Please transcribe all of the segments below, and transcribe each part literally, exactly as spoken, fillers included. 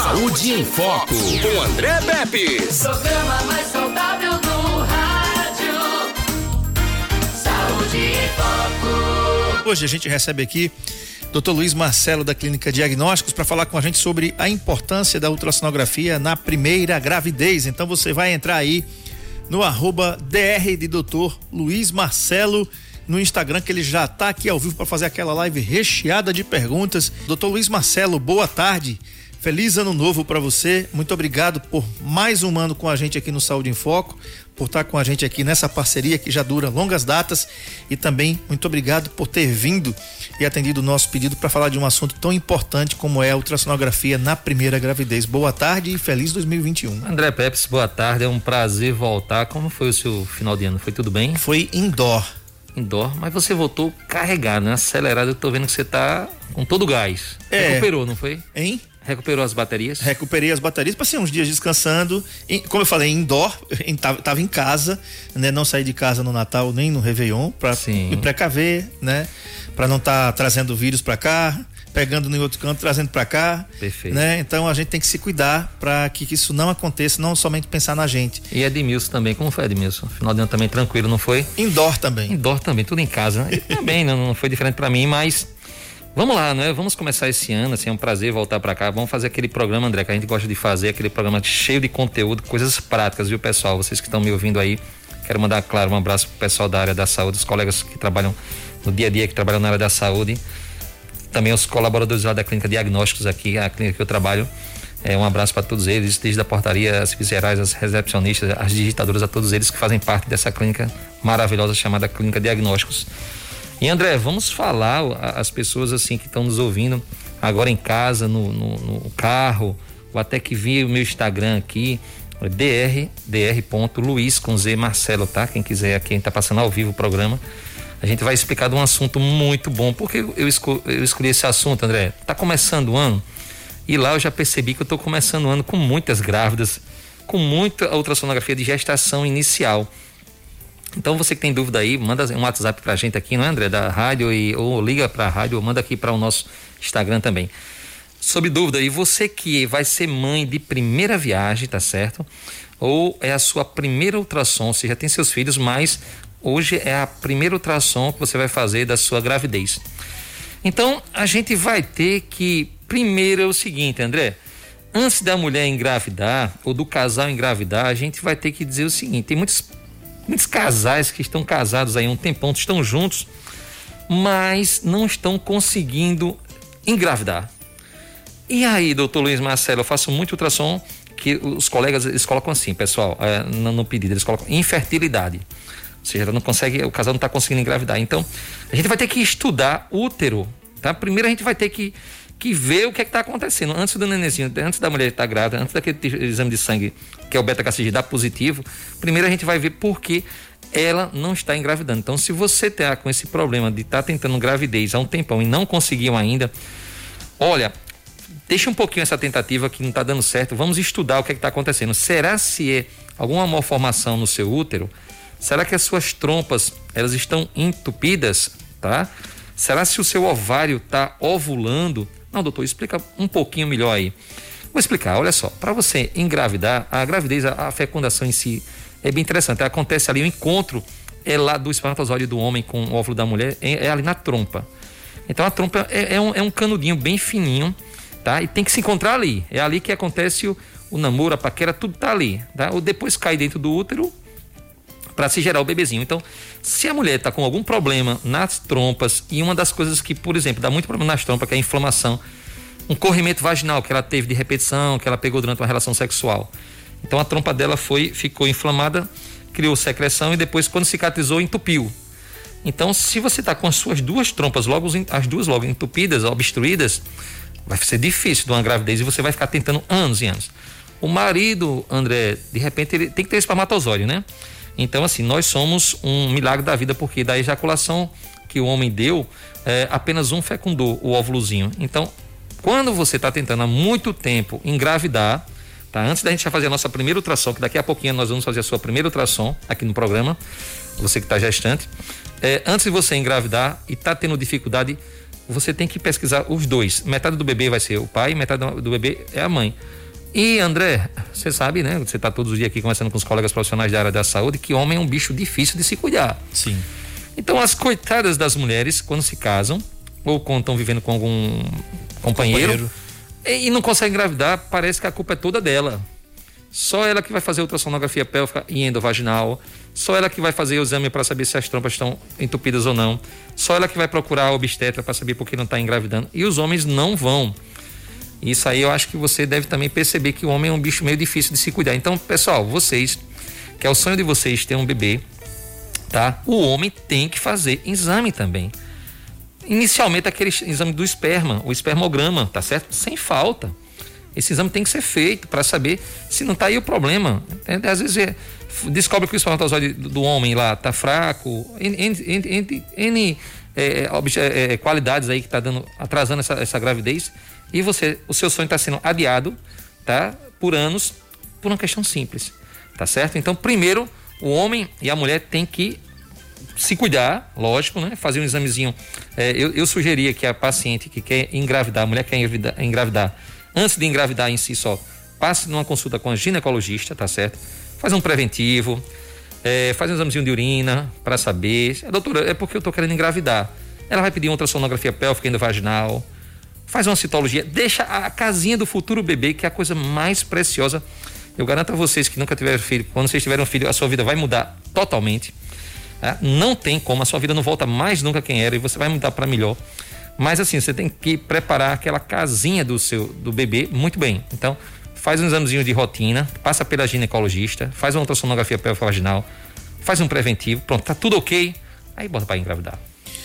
Saúde em Foco, com André Pepe. Programa mais saudável do rádio. Saúde em Foco. Hoje a gente recebe aqui doutor Luiz Marcelo, da Clínica Diagnósticos, para falar com a gente sobre a importância da ultrassonografia na primeira gravidez. Então você vai entrar aí no arroba dr de doutor Luiz Marcelo no Instagram, que ele já está aqui ao vivo para fazer aquela live recheada de perguntas. doutor Luiz Marcelo, boa tarde. Feliz ano novo para você. Muito obrigado por mais um ano com a gente aqui no Saúde em Foco, por estar com a gente aqui nessa parceria que já dura longas datas, e também muito obrigado por ter vindo e atendido o nosso pedido para falar de um assunto tão importante como é a ultrassonografia na primeira gravidez. Boa tarde e feliz dois mil e vinte e um. André Pepes, boa tarde, é um prazer voltar. Como foi o seu final de ano? Foi tudo bem? Foi indoor. Indoor, mas você voltou carregado, né? Acelerado. Eu tô vendo que você tá com todo o gás. É. Recuperou, não foi? Hein? Recuperou as baterias? Recuperei as baterias, passei uns dias descansando, em, como eu falei, indoor, em, tava, tava em casa, né? Não saí de casa no Natal nem no Réveillon, pra Sim. me precaver, né? Pra não estar tá trazendo vírus pra cá, pegando em outro canto, trazendo pra cá. Perfeito. Né? Então a gente tem que se cuidar para que, que isso não aconteça, não somente pensar na gente. E Edmilson também, como foi, Edmilson? Final de ano também tranquilo, não foi? Indoor também. Indoor também, tudo em casa, né? Também não, não foi diferente pra mim, mas vamos lá, né? Vamos começar esse ano, assim, é um prazer voltar pra cá. Vamos fazer aquele programa, André, que a gente gosta de fazer, aquele programa cheio de conteúdo, coisas práticas, viu, pessoal? Vocês que estão me ouvindo aí, quero mandar, claro, um abraço pro pessoal da área da saúde, os colegas que trabalham no dia a dia, que trabalham na área da saúde, também os colaboradores lá da Clínica Diagnósticos aqui, a clínica que eu trabalho. É, um abraço para todos eles, desde a portaria, as vicerais, as recepcionistas, as digitadoras, a todos eles que fazem parte dessa clínica maravilhosa chamada Clínica Diagnósticos. E André, vamos falar às pessoas assim que estão nos ouvindo agora em casa, no, no, no carro, ou até que vi o meu Instagram aqui, dr, dr.luiz com Z Marcelo, tá? Quem quiser, quem tá passando ao vivo o programa, a gente vai explicar de um assunto muito bom. Por que eu, esco, eu escolhi esse assunto, André? Tá começando o ano, e lá eu já percebi que eu tô começando o ano com muitas grávidas, com muita ultrassonografia de gestação inicial. Então você que tem dúvida aí, manda um WhatsApp pra gente aqui, não é, André? Da rádio, e, ou liga pra rádio, ou manda aqui para o nosso Instagram também. Sob dúvida, e você que vai ser mãe de primeira viagem, tá certo? Ou é a sua primeira ultrassom, você já tem seus filhos, mas hoje é a primeira ultrassom que você vai fazer da sua gravidez. Então, a gente vai ter que, primeiro é o seguinte, André, antes da mulher engravidar, ou do casal engravidar, a gente vai ter que dizer o seguinte, tem muitos, muitos casais que estão casados aí há um tempão, estão juntos, mas não estão conseguindo engravidar. E aí, doutor Luiz Marcelo, eu faço muito ultrassom, que os colegas, eles colocam assim, pessoal, é, no, no pedido, eles colocam infertilidade. Ou seja, ela não consegue, o casal não está conseguindo engravidar. Então, a gente vai ter que estudar útero, tá? Primeiro a gente vai ter que, que ver o que é que está acontecendo. Antes do nenenzinho, antes da mulher estar grávida, antes daquele exame de sangue, que é o beta-H C G, dar positivo, primeiro a gente vai ver por que ela não está engravidando. Então, se você está com esse problema de estar tá tentando gravidez há um tempão e não conseguiu ainda, olha, deixa um pouquinho essa tentativa que não está dando certo, vamos estudar o que é que está acontecendo. Será se é alguma malformação no seu útero? Será que as suas trompas, elas estão entupidas, tá? Será se o seu ovário está ovulando? Não, doutor, explica um pouquinho melhor aí. Vou explicar, olha só, para você engravidar, a gravidez, a, a fecundação em si é bem interessante, acontece ali, o encontro é lá do espermatozoide do homem com o óvulo da mulher, é, é ali na trompa. Então a trompa é, é, um, é um canudinho bem fininho, tá? E tem que se encontrar ali, é ali que acontece o, o namoro, a paquera, tudo tá ali, tá? Ou depois cai dentro do útero, para se gerar o bebezinho. Então, se a mulher está com algum problema nas trompas, e uma das coisas que, por exemplo, dá muito problema nas trompas, que é a inflamação, um corrimento vaginal que ela teve de repetição, que ela pegou durante uma relação sexual. Então a trompa dela foi, ficou inflamada, criou secreção e depois, quando cicatrizou, entupiu. Então, se você está com as suas duas trompas, logo as duas logo entupidas, obstruídas, vai ser difícil de uma gravidez e você vai ficar tentando anos e anos. O marido, André, de repente, ele tem que ter espermatozoide, né? Então, assim, nós somos um milagre da vida, porque da ejaculação que o homem deu, é, apenas um fecundou o óvulozinho. Então, quando você está tentando há muito tempo engravidar, tá? Antes da gente já fazer a nossa primeira ultrassom, que daqui a pouquinho nós vamos fazer a sua primeira ultrassom aqui no programa, você que está gestante, é, antes de você engravidar e está tendo dificuldade, você tem que pesquisar os dois. Metade do bebê vai ser o pai, metade do bebê é a mãe. E André, você sabe, né? Você está todos os dias aqui conversando com os colegas profissionais da área da saúde, que homem é um bicho difícil de se cuidar. Sim. Então as coitadas das mulheres, quando se casam, ou quando estão vivendo com algum companheiro, companheiro. E, e não conseguem engravidar, parece que a culpa é toda dela. Só ela que vai fazer ultrassonografia pélvica e endovaginal, só ela que vai fazer o exame para saber se as trompas estão entupidas ou não, só ela que vai procurar a obstetra para saber por que não está engravidando, e os homens não vão. Isso aí eu acho que você deve também perceber que o homem é um bicho meio difícil de se cuidar. Então, pessoal, vocês, que é o sonho de vocês ter um bebê, tá? O homem tem que fazer exame também. Inicialmente aquele exame do esperma, o espermograma, tá certo? Sem falta. Esse exame tem que ser feito para saber se não está aí o problema. Às vezes é, descobre que o espermatozoide do, do homem lá está fraco, N, N, N, N é, é, qualidades aí que está dando, atrasando essa, essa gravidez, e você, o seu sonho está sendo adiado, tá? Por anos, por uma questão simples, tá certo? Então, primeiro, o homem e a mulher têm que se cuidar, lógico, né? Fazer um examezinho. É, eu, eu sugeria que a paciente que quer engravidar, a mulher que quer engravidar, engravidar antes de engravidar em si só, passe numa consulta com a ginecologista, tá certo? Faz um preventivo, é, faz um examezinho de urina para saber. Doutora, é porque eu tô querendo engravidar. Ela vai pedir uma ultrassonografia pélvica endovaginal, faz uma citologia, deixa a casinha do futuro bebê, que é a coisa mais preciosa. Eu garanto a vocês que nunca tiveram filho, quando vocês tiverem um filho, a sua vida vai mudar totalmente. Tá? Não tem como, a sua vida não volta mais nunca quem era, e você vai mudar para melhor. Mas assim, você tem que preparar aquela casinha do seu do bebê muito bem. Então, faz um examezinho de rotina, passa pela ginecologista, faz uma ultrassonografia pélvica vaginal, faz um preventivo, pronto, tá tudo ok, aí bota para engravidar.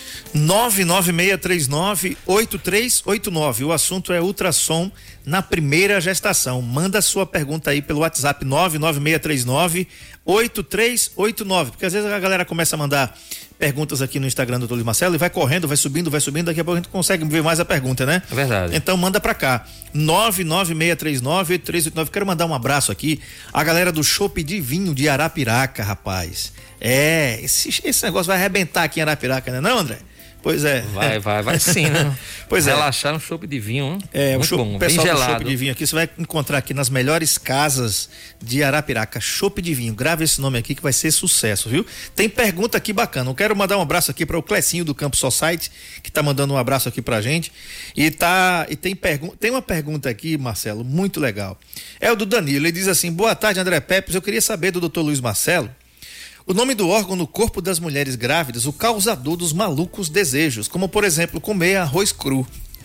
nove nove seis três nove oito três oito nove. O assunto é ultrassom na primeira gestação. Manda sua pergunta aí pelo WhatsApp nove nove seis três nove oito três oito nove, porque às vezes a galera começa a mandar perguntas aqui no Instagram do doutor Luiz Marcelo e vai correndo, vai subindo, vai subindo, daqui a pouco a gente consegue ver mais a pergunta, né? É verdade. Então manda pra cá, nove nove seis três nove oito três oito nove. Quero mandar um abraço aqui a galera do Chopp de Vinho de Arapiraca, rapaz. É, esse, esse negócio vai arrebentar aqui em Arapiraca, né não, André? Pois é. Vai, vai, vai sim, né? Pois é. Relaxar no chopp de vinho, hein? É, muito o chopp, bom, pessoal bem do gelado. Chopp de Vinho aqui, você vai encontrar aqui nas melhores casas de Arapiraca, Chopp de Vinho. Grave esse nome aqui que vai ser sucesso, viu? Tem pergunta aqui bacana. Eu quero mandar um abraço aqui para o Clecinho do Campo Society, que tá mandando um abraço aqui pra gente. E tá, e tem pergunta, tem uma pergunta aqui, Marcelo, muito legal. É o do Danilo, ele diz assim: "Boa tarde, André Pepes, eu queria saber do doutor Luiz Marcelo o nome do órgão no corpo das mulheres grávidas, o causador dos malucos desejos, como por exemplo, comer arroz cru."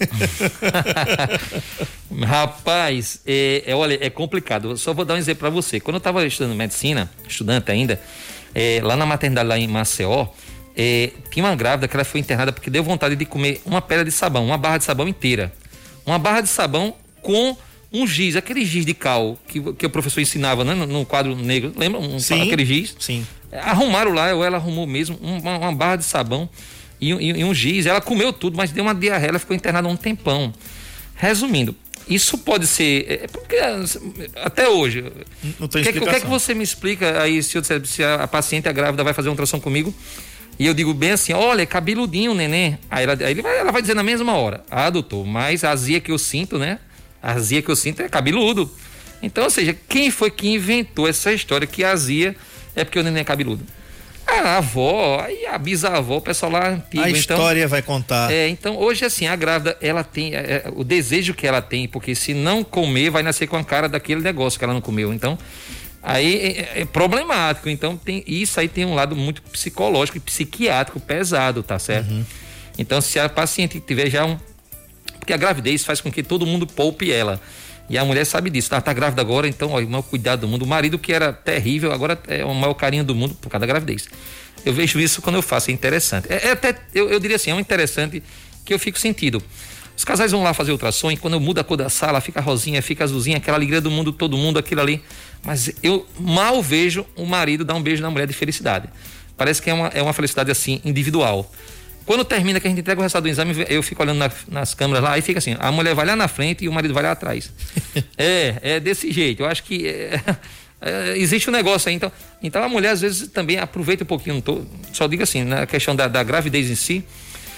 Rapaz, é, é, olha, é complicado. Eu só vou dar um exemplo para você. Quando eu estava estudando medicina, estudante ainda, é, lá na maternidade lá em Maceió, é, tinha uma grávida que ela foi internada porque deu vontade de comer uma pedra de sabão, uma barra de sabão inteira. Uma barra de sabão com um giz, aquele giz de cal que, que o professor ensinava, né, no, no quadro negro. Lembra? Um, sim, aquele giz? Sim. Arrumaram lá, ou ela arrumou mesmo, uma, uma barra de sabão e, e, e um giz. Ela comeu tudo, mas deu uma diarreia, ela ficou internada um tempão. Resumindo, isso pode ser, é, porque até hoje, não tem explicação. O que é que você me explica aí, se, eu, se a, a paciente, a grávida, vai fazer uma ultrassom comigo, e eu digo bem assim: olha, é cabeludinho o neném. Aí, ela, aí ele vai, ela vai dizer na mesma hora: ah, doutor, mas a azia que eu sinto, né? A azia que eu sinto é cabeludo. Então, ou seja, quem foi que inventou essa história que a azia é porque o neném é cabeludo? A avó, aí a bisavó, o pessoal lá antigo. A história então, vai contar. É, então hoje assim, a grávida, ela tem é, o desejo que ela tem, porque se não comer, vai nascer com a cara daquele negócio que ela não comeu. Então, aí é, é problemático. Então, tem, isso aí tem um lado muito psicológico e psiquiátrico pesado, tá certo? Uhum. Então, se a paciente tiver já um... Porque a gravidez faz com que todo mundo poupe ela. E a mulher sabe disso, tá, tá grávida agora, então, ó, o maior cuidado do mundo. O marido, que era terrível, agora é o maior carinho do mundo por causa da gravidez. Eu vejo isso quando eu faço, é interessante. É, é até, eu, eu diria assim, é um interessante que eu fico sentindo. Os casais vão lá fazer ultrassom e quando eu mudo a cor da sala, fica rosinha, fica azulzinha, aquela alegria do mundo, todo mundo, aquilo ali. Mas eu mal vejo o marido dar um beijo na mulher de felicidade. Parece que é uma, é uma felicidade assim, individual. Quando termina, que a gente entrega o resultado do exame, eu fico olhando na, nas câmeras lá, aí fica assim, a mulher vai lá na frente e o marido vai lá atrás. é, é desse jeito. Eu acho que é, é, existe um negócio aí. Então, então a mulher às vezes também aproveita um pouquinho, não tô, só digo assim, na questão da, da gravidez em si,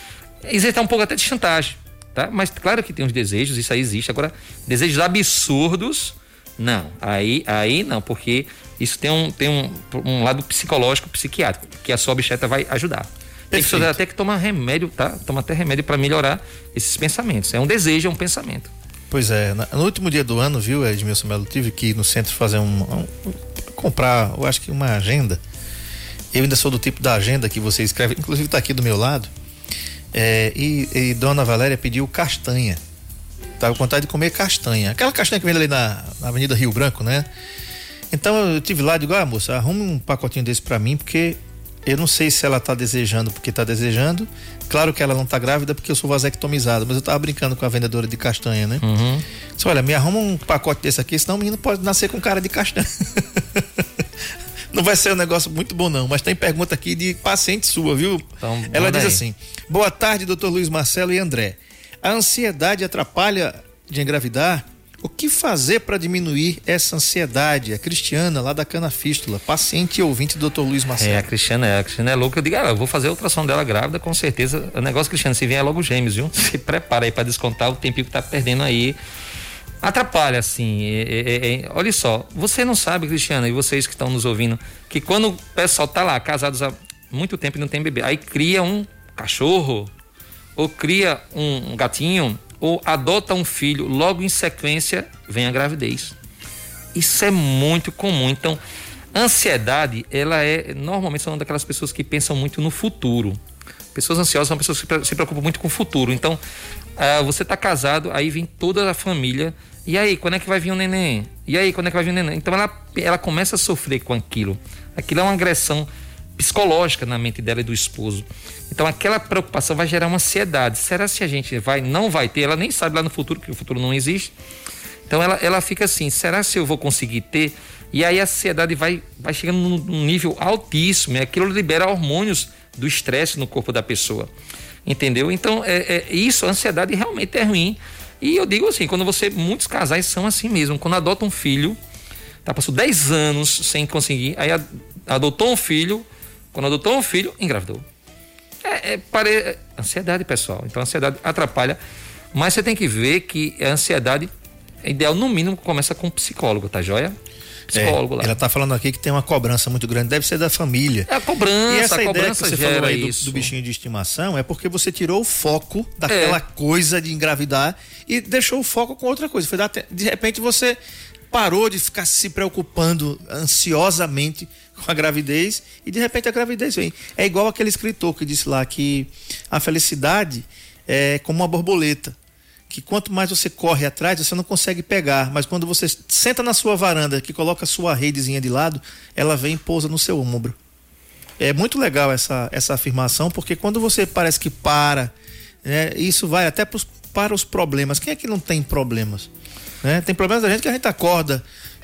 existe um pouco até de chantagem, tá? Mas claro que tem uns desejos, isso aí existe. Agora, desejos absurdos, não. Aí, aí não, porque isso tem um, tem um, um lado psicológico, psiquiátrico, que a sua obstetra vai ajudar. Tem que até que tomar remédio, tá? Toma até remédio para melhorar esses pensamentos. É um desejo, é um pensamento. Pois é, no último dia do ano, viu, Edmilson Melo, tive que ir no centro fazer um, um comprar, eu acho que uma agenda. Eu ainda sou do tipo da agenda que você escreve, inclusive tá aqui do meu lado. É, e, e Dona Valéria pediu castanha. Tava com vontade de comer castanha. Aquela castanha que vem ali na, na Avenida Rio Branco, né? Então eu tive lá e digo, ah, moça, arrume um pacotinho desse pra mim, porque eu não sei se ela tá desejando porque tá desejando. Claro que ela não tá grávida porque eu sou vasectomizado, mas eu tava brincando com a vendedora de castanha, né? Uhum. Disse, olha, me arruma um pacote desse aqui, senão o menino pode nascer com cara de castanha. Não vai ser um negócio muito bom não, mas tem pergunta aqui de paciente sua, viu? Então, ela diz aí. Assim, boa tarde, doutor Luiz Marcelo e André. A ansiedade atrapalha de engravidar? O que fazer para diminuir essa ansiedade? A Cristiana, lá da Cana Fístula, paciente e ouvinte do doutor Luiz Marcelo. É, a Cristiana é, a Cristiana é louca. Eu digo, ah, eu vou fazer a ultrassom dela grávida, com certeza. O negócio, Cristiana, se vier logo gêmeos, viu? Se prepara aí para descontar o tempinho que tá perdendo aí. Atrapalha, assim. É, é, é, olha só, você não sabe, Cristiana, e vocês que estão nos ouvindo, que quando o pessoal tá lá, casados há muito tempo e não tem bebê, aí cria um cachorro, ou cria um, um gatinho, ou adota um filho, logo em sequência vem a gravidez. Isso é muito comum. Então, ansiedade, ela é, normalmente são daquelas pessoas que pensam muito no futuro. Pessoas ansiosas são pessoas que se preocupam muito com o futuro. Então, uh, você está casado, aí vem toda a família, e aí, quando é que vai vir o neném? E aí, quando é que vai vir o neném? Então, ela, ela começa a sofrer com aquilo. Aquilo é uma agressão psicológica na mente dela e do esposo. Então aquela preocupação vai gerar uma ansiedade. Será se a gente vai, não vai ter? Ela nem sabe lá no futuro, que o futuro não existe. Então ela, ela fica assim, será se eu vou conseguir ter? E aí a ansiedade vai, vai chegando num nível altíssimo, e aquilo libera hormônios do estresse no corpo da pessoa. Entendeu? Então é, é, isso, a ansiedade realmente é ruim. E eu digo assim, quando você, muitos casais são assim mesmo, quando adotam um filho, tá, passou dez anos sem conseguir, aí adotou um filho, quando adotou um filho, engravidou. É, é, pare... ansiedade, pessoal. Então a ansiedade atrapalha, mas você tem que ver que a ansiedade é ideal, no mínimo, começa com um psicólogo, tá joia? Psicólogo é, lá. Ela tá falando aqui que tem uma cobrança muito grande, deve ser da família. É a cobrança, e essa a ideia cobrança que você gera falou aí isso. Do, do bichinho de estimação é porque você tirou o foco daquela é. coisa de engravidar e deixou o foco com outra coisa. Foi dar, de repente você parou de ficar se preocupando ansiosamente com a gravidez e de repente a gravidez vem. É igual aquele escritor que disse lá que a felicidade é como uma borboleta, que quanto mais você corre atrás, você não consegue pegar, mas quando você senta na sua varanda, que coloca a sua redezinha de lado, ela vem e pousa no seu ombro. É muito legal essa, essa afirmação, porque quando você parece que para, né, isso vai até pros, para os problemas. Quem é que não tem problemas? Né? Tem problemas da gente que a gente acorda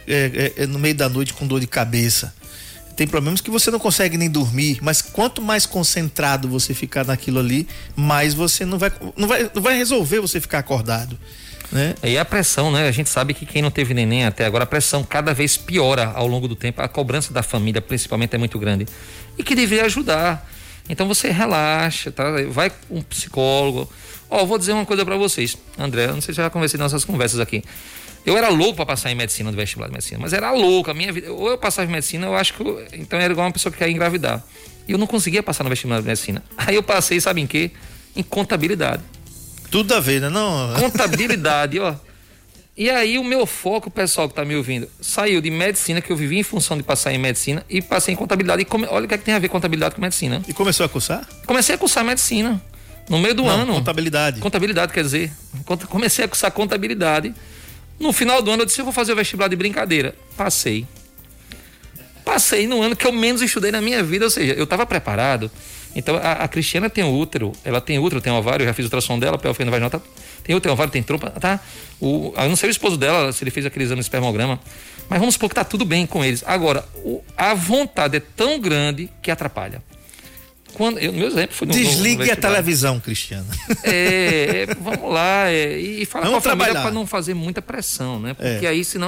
é, é, no meio da noite com dor de cabeça. Tem problemas que você não consegue nem dormir, mas quanto mais concentrado você ficar naquilo ali, mais você não vai, não vai, não vai resolver você ficar acordado, né? E a pressão, né? A gente sabe que quem não teve neném até agora, a pressão cada vez piora ao longo do tempo. A cobrança da família, principalmente, é muito grande. E que deveria ajudar. Então você relaxa, tá? Vai com um psicólogo. Ó, oh, vou dizer uma coisa pra vocês, André, eu não sei se eu já conversei nas nossas conversas aqui. Eu era louco para passar em medicina, no vestibular de medicina, mas era louco, a minha vida, ou eu passava em medicina, eu acho que eu, então eu era igual uma pessoa que quer engravidar. E eu não conseguia passar no vestibular de medicina. Aí eu passei, sabe em quê? Em contabilidade. Tudo a ver, né? Não... Contabilidade, ó. E aí o meu foco, o pessoal que tá me ouvindo, saiu de medicina, que eu vivi em função de passar em medicina, e passei em contabilidade. E come... olha o que é que tem a ver contabilidade com medicina. E começou a cursar? Comecei a cursar medicina. No meio do não, ano. Contabilidade. Contabilidade, quer dizer. Comecei a cursar contabilidade. No final do ano eu disse, eu vou fazer o vestibular de brincadeira. Passei. Passei no ano que eu menos estudei na minha vida, ou seja, eu estava preparado. Então a, a Cristiana tem útero, ela tem útero, tem ovário, eu já fiz o ultrassom dela, pelo feno vaginal, tá? Tem útero, tem ovário, tem trompa, tá? O, eu não sei o esposo dela, se ele fez aquele exame de espermograma, mas vamos supor que tá tudo bem com eles. Agora, o, a vontade é tão grande que atrapalha. Quando, eu, meu exemplo foi no, Desligue no, no a televisão, Cristiana. É, é, vamos lá, é, e falar vamos com a família trabalhar. para não fazer muita pressão, né? Porque é. aí, senão,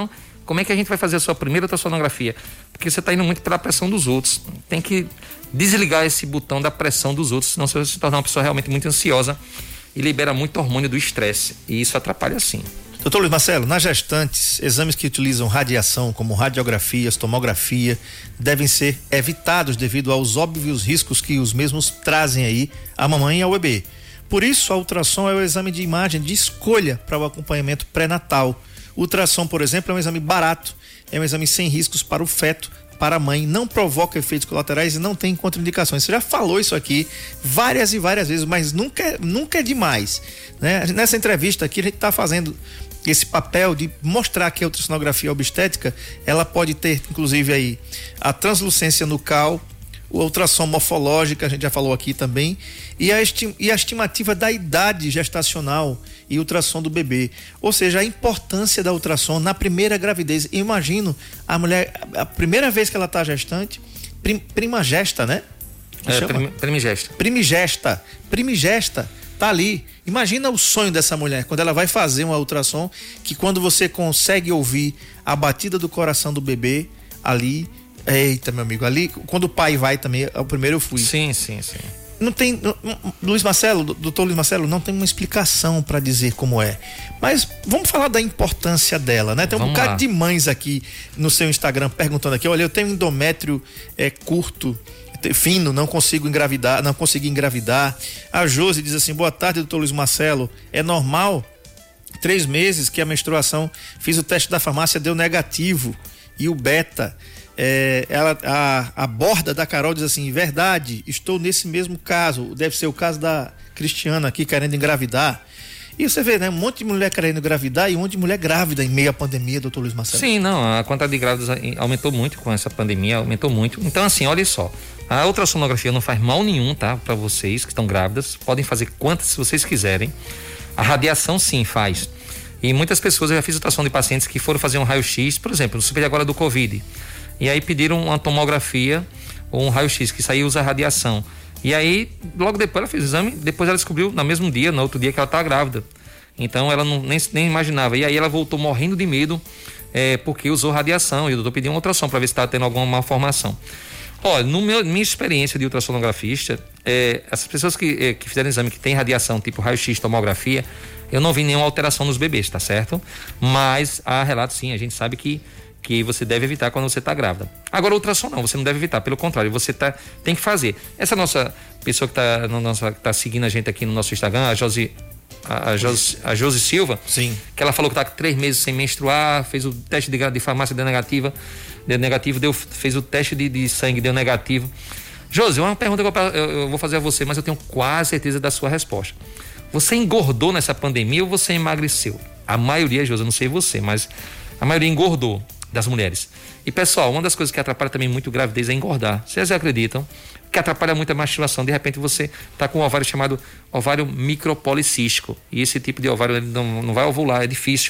Como é que a gente vai fazer a sua primeira ultrassonografia? Porque você está indo muito pela pressão dos outros. Tem que desligar esse botão da pressão dos outros, senão você vai se tornar uma pessoa realmente muito ansiosa e libera muito hormônio do estresse. E isso atrapalha sim. Doutor Luiz Marcelo, nas gestantes, exames que utilizam radiação, como radiografias, tomografia, devem ser evitados devido aos óbvios riscos que os mesmos trazem aí à mamãe e ao bebê. Por isso, a ultrassom é o exame de imagem de escolha para o acompanhamento pré-natal. O ultrassom, por exemplo, é um exame barato, é um exame sem riscos para o feto, para a mãe, não provoca efeitos colaterais e não tem contraindicações. Você já falou isso aqui várias e várias vezes, mas nunca, é, nunca é demais, né? Nessa entrevista aqui a gente está fazendo esse papel de mostrar que a ultrassonografia obstétrica, ela pode ter, inclusive aí, a translucência nucal, a ultrassom morfológica, a gente já falou aqui também, e a, esti- e a estimativa da idade gestacional e ultrassom do bebê. Ou seja, a importância da ultrassom na primeira gravidez. Eu imagino a mulher, a primeira vez que ela está gestante, prim, primagesta, né? É, prim, primigesta. Primigesta. Primigesta. Tá ali. Imagina o sonho dessa mulher quando ela vai fazer uma ultrassom, que quando você consegue ouvir a batida do coração do bebê ali, eita, meu amigo, ali, quando o pai vai também, o primeiro eu fui. Sim, sim, sim. Não tem, Luiz Marcelo, doutor Luiz Marcelo, não tem uma explicação para dizer como é. Mas vamos falar da importância dela, né? Tem um vamos bocado lá. de mães aqui no seu Instagram perguntando aqui, olha, eu tenho endométrio é, curto, fino, não consigo engravidar, não consegui engravidar. A Josi diz assim, boa tarde, doutor Luiz Marcelo, é normal? Três meses que a menstruação, fiz o teste da farmácia, deu negativo, e o beta, é, ela, a, a borda da Carol diz assim, verdade, estou nesse mesmo caso, deve ser o caso da Cristiana aqui querendo engravidar. E você vê, né, um monte de mulher querendo engravidar e um monte de mulher grávida em meio à pandemia, doutor Luiz Marcelo. Sim, não, a quantidade de grávidas aumentou muito com essa pandemia, aumentou muito. Então, assim, olha só, a ultrassonografia não faz mal nenhum, tá? Para vocês que estão grávidas, podem fazer quantas se vocês quiserem. A radiação sim faz. E muitas pessoas, eu já fiz ultrassom de pacientes que foram fazer um raio-x, por exemplo, no super agora do Covid. E aí pediram uma tomografia ou um raio-x que saiu usa radiação. E aí, logo depois ela fez o exame, depois ela descobriu, no mesmo dia, no outro dia, que ela estava grávida. Então ela não, nem, nem imaginava. E aí ela voltou morrendo de medo, é, porque usou radiação. E o doutor pediu uma ultrassom para ver se estava tendo alguma malformação. Olha, no meu, minha experiência de ultrassonografista, é, essas pessoas que, é, que fizeram exame que tem radiação, tipo raio-x, tomografia, eu não vi nenhuma alteração nos bebês, tá certo? Mas há relatos sim, a gente sabe que que você deve evitar quando você está grávida. Agora, ultrassom não, você não deve evitar, pelo contrário, você tá, tem que fazer. Essa nossa pessoa que está no nossa, que tá seguindo a gente aqui no nosso Instagram, a Josi, a, a, Josi, a Josi Silva, sim, que ela falou que está com três meses sem menstruar, fez o teste de, de farmácia, deu negativa, deu negativo, deu, fez o teste de, de sangue, deu negativo. Josi, uma pergunta que eu, eu, eu vou fazer a você, mas eu tenho quase certeza da sua resposta. Você engordou nessa pandemia ou você emagreceu? A maioria, Josi, eu não sei você, mas a maioria engordou das mulheres. E pessoal, uma das coisas que atrapalha também muito a gravidez é engordar. Vocês acreditam? Que atrapalha muito a menstruação. De repente você está com um ovário chamado ovário micropolicístico. E esse tipo de ovário ele não, não vai ovular, é difícil.